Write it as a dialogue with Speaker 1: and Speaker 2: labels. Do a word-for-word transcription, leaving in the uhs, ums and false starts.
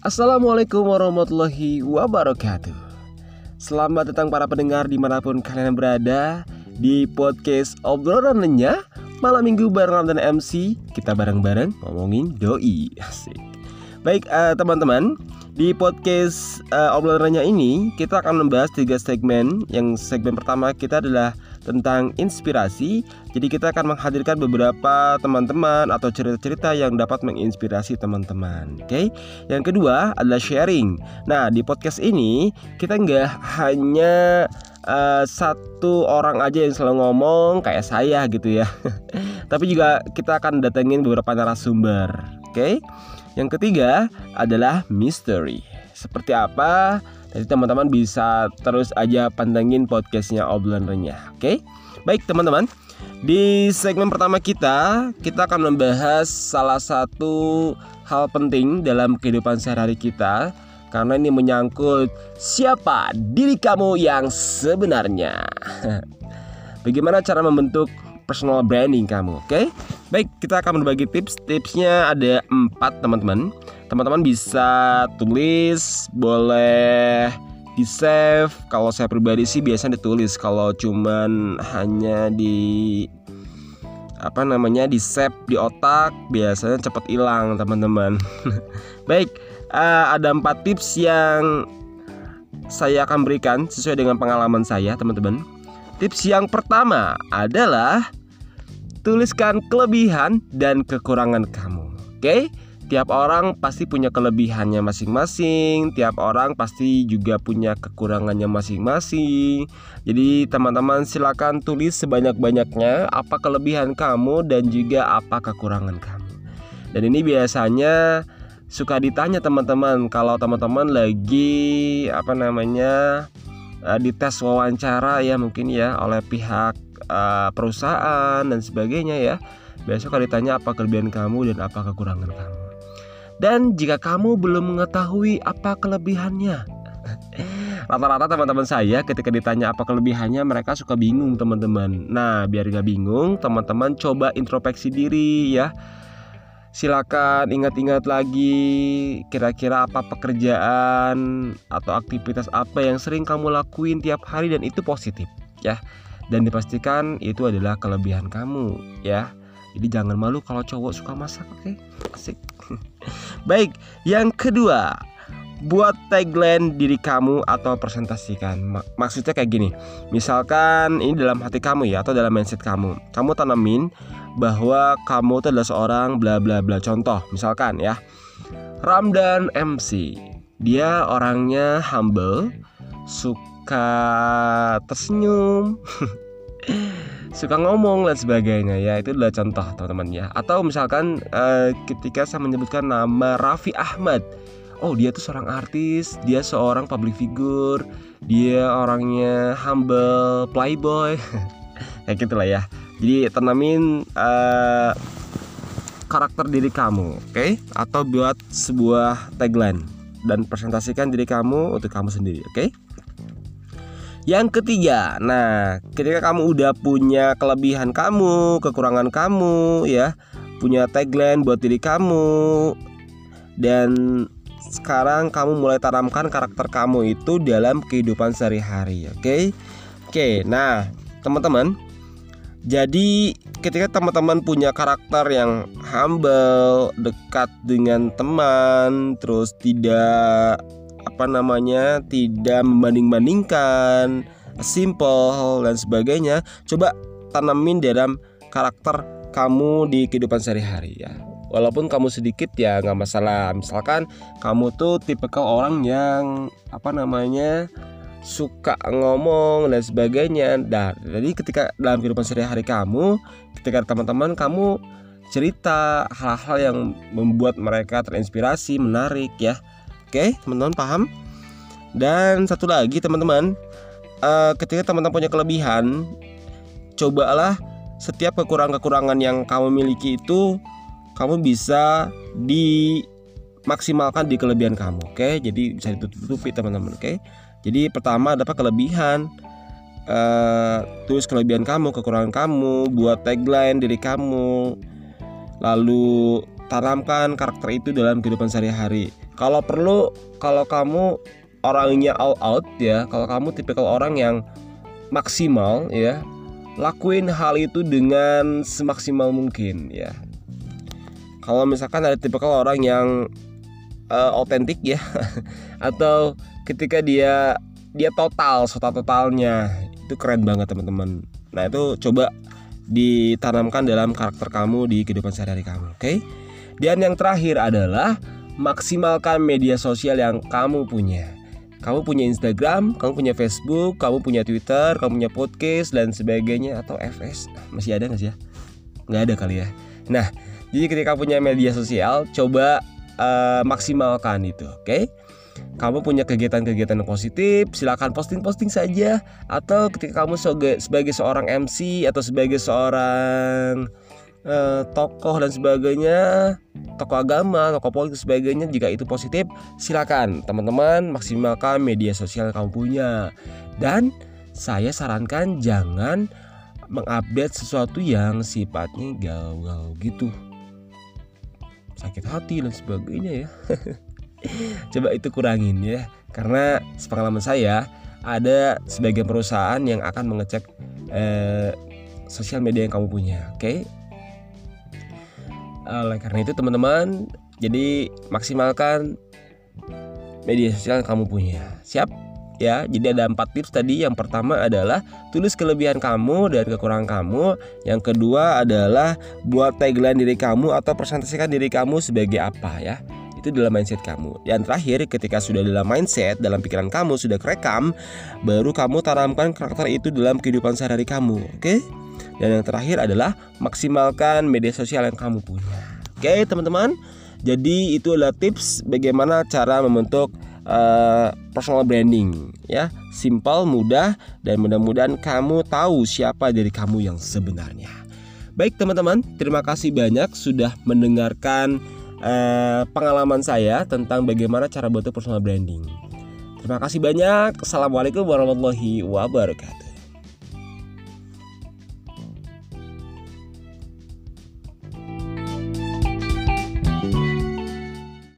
Speaker 1: Assalamualaikum warahmatullahi wabarakatuh. Selamat datang para pendengar dimanapun kalian berada di podcast obrolan renyah malam minggu bareng dan M C. Kita bareng-bareng ngomongin doi. Asik. Baik uh, teman-teman, di podcast uh, obrolan renyah ini kita akan membahas tiga segmen. Yang segmen pertama kita adalah tentang inspirasi. Jadi kita akan menghadirkan beberapa teman-teman atau cerita-cerita yang dapat menginspirasi teman-teman. Oke. Yang kedua adalah sharing. Nah, di podcast ini kita nggak hanya uh, satu orang aja yang selalu ngomong kayak saya gitu ya. Tapi juga kita akan datengin beberapa narasumber. Oke. Yang ketiga adalah misteri. Seperti apa? Jadi teman-teman bisa terus aja pantengin podcastnya obrolan renyah. Oke, baik teman-teman. Di segmen pertama kita, kita akan membahas salah satu hal penting dalam kehidupan sehari-hari kita. Karena ini menyangkut siapa diri kamu yang sebenarnya. Bagaimana cara membentuk personal branding kamu, oke? Baik, kita akan berbagi tips. Tipsnya ada empat teman-teman. Teman-teman bisa tulis, boleh di save. Kalau saya pribadi sih biasanya ditulis. Kalau cuman hanya di apa namanya di save di otak, biasanya cepat hilang teman-teman. Baik, uh, ada empat tips yang saya akan berikan sesuai dengan pengalaman saya teman-teman. Tips yang pertama adalah tuliskan kelebihan dan kekurangan kamu. Oke? Tiap orang pasti punya kelebihannya masing-masing. Tiap orang pasti juga punya kekurangannya masing-masing. Jadi teman-teman silakan tulis sebanyak-banyaknya apa kelebihan kamu dan juga apa kekurangan kamu. Dan ini biasanya suka ditanya teman-teman kalau teman-teman lagi apa namanya di tes wawancara ya mungkin ya oleh pihak uh, perusahaan dan sebagainya ya. Biasanya kalau ditanya apa kelebihan kamu dan apa kekurangan kamu. Dan jika kamu belum mengetahui apa kelebihannya, rata-rata teman-teman saya ketika ditanya apa kelebihannya mereka suka bingung teman-teman. Nah biar gak bingung teman-teman coba introspeksi diri ya. Silakan ingat-ingat lagi kira-kira apa pekerjaan atau aktivitas apa yang sering kamu lakuin tiap hari dan itu positif ya. Dan dipastikan itu adalah kelebihan kamu ya. Jadi jangan malu kalau cowok suka masak, oke? Okay? Asik. Baik, yang kedua, buat tagline diri kamu atau presentasikan. Maksudnya kayak gini. Misalkan ini dalam hati kamu ya atau dalam mindset kamu. Kamu tanamin bahwa kamu itu adalah seorang bla bla bla. Contoh, misalkan ya, Ramdan M C. Dia orangnya humble, suka tersenyum, suka ngomong dan sebagainya ya. Itu adalah contoh teman-teman ya. Atau misalkan uh, ketika saya menyebutkan nama Raffi Ahmad, oh dia tuh seorang artis, dia seorang public figure, dia orangnya humble, playboy. Kayak gitulah ya. Jadi tanamin uh, karakter diri kamu, oke? Okay? Atau buat sebuah tagline dan presentasikan diri kamu untuk kamu sendiri, oke? Okay? Yang ketiga, nah ketika kamu udah punya kelebihan kamu, kekurangan kamu ya, punya tagline buat diri kamu, dan sekarang kamu mulai tanamkan karakter kamu itu dalam kehidupan sehari-hari, oke? Okay? Oke, okay, nah teman-teman, jadi ketika teman-teman punya karakter yang humble, dekat dengan teman, terus tidak apa namanya tidak membanding-bandingkan, simple dan sebagainya, coba tanamin dalam karakter kamu di kehidupan sehari-hari ya. Walaupun kamu sedikit ya nggak masalah. Misalkan kamu tuh tipikal orang yang apa namanya suka ngomong dan sebagainya. Nah, jadi ketika dalam kehidupan sehari-hari kamu, ketika teman-teman kamu cerita hal-hal yang membuat mereka terinspirasi, menarik ya. Oke, teman-teman paham? Dan satu lagi teman-teman, uh, ketika teman-teman punya kelebihan, cobalah setiap kekurangan-kekurangan yang kamu miliki itu kamu bisa dimaksimalkan di kelebihan kamu. Oke, jadi bisa ditutupi teman-teman. Oke, jadi pertama dapat kelebihan, uh, tulis kelebihan kamu, kekurangan kamu, buat tagline diri kamu, lalu tanamkan karakter itu dalam kehidupan sehari-hari. Kalau perlu, kalau kamu orangnya all out ya, kalau kamu tipikal orang yang maksimal ya, lakuin hal itu dengan semaksimal mungkin ya. Kalau misalkan ada tipikal orang yang otentik uh, ya atau ketika dia dia total, total-totalnya, itu keren banget teman-teman. Nah itu coba ditanamkan dalam karakter kamu di kehidupan sehari-hari kamu, oke? Okay? Dan yang terakhir adalah maksimalkan media sosial yang kamu punya. Kamu punya Instagram, kamu punya Facebook, kamu punya Twitter, kamu punya podcast dan sebagainya. Atau F S, masih ada nggak sih ya? Nggak ada kali ya. Nah, jadi ketika punya media sosial, coba uh, maksimalkan itu, oke? Okay? Kamu punya kegiatan-kegiatan yang positif, silakan posting-posting saja. Atau ketika kamu sebagai seorang M C atau sebagai seorang uh, tokoh dan sebagainya, tokoh agama, tokoh politik sebagainya, jika itu positif, silakan teman-teman maksimalkan media sosial yang kamu punya. Dan saya sarankan jangan mengupdate sesuatu yang sifatnya galau-galau gitu, sakit hati dan sebagainya ya. Coba itu kurangin ya, karena sepengalaman saya ada sebagian perusahaan yang akan mengecek eh, sosial media yang kamu punya, oke? Okay? Oleh karena itu teman-teman, jadi maksimalkan media sosial yang kamu punya. Siap? Ya, jadi ada empat tips tadi. Yang pertama adalah tulis kelebihan kamu dan kekurangan kamu. Yang kedua adalah buat tagline diri kamu atau presentasikan diri kamu sebagai apa ya. Itu dalam mindset kamu. Yang terakhir, ketika sudah dalam mindset, dalam pikiran kamu sudah kerekam, baru kamu tanamkan karakter itu dalam kehidupan sehari-hari kamu, oke? Okay? Dan yang terakhir adalah maksimalkan media sosial yang kamu punya. Oke, okay, teman-teman. Jadi itu adalah tips bagaimana cara membentuk uh, personal branding ya. Simple, mudah, dan mudah-mudahan kamu tahu siapa diri kamu yang sebenarnya. Baik teman-teman, terima kasih banyak sudah mendengarkan Uh, pengalaman saya tentang bagaimana cara bentuk personal branding. Terima kasih banyak. Assalamualaikum warahmatullahi wabarakatuh.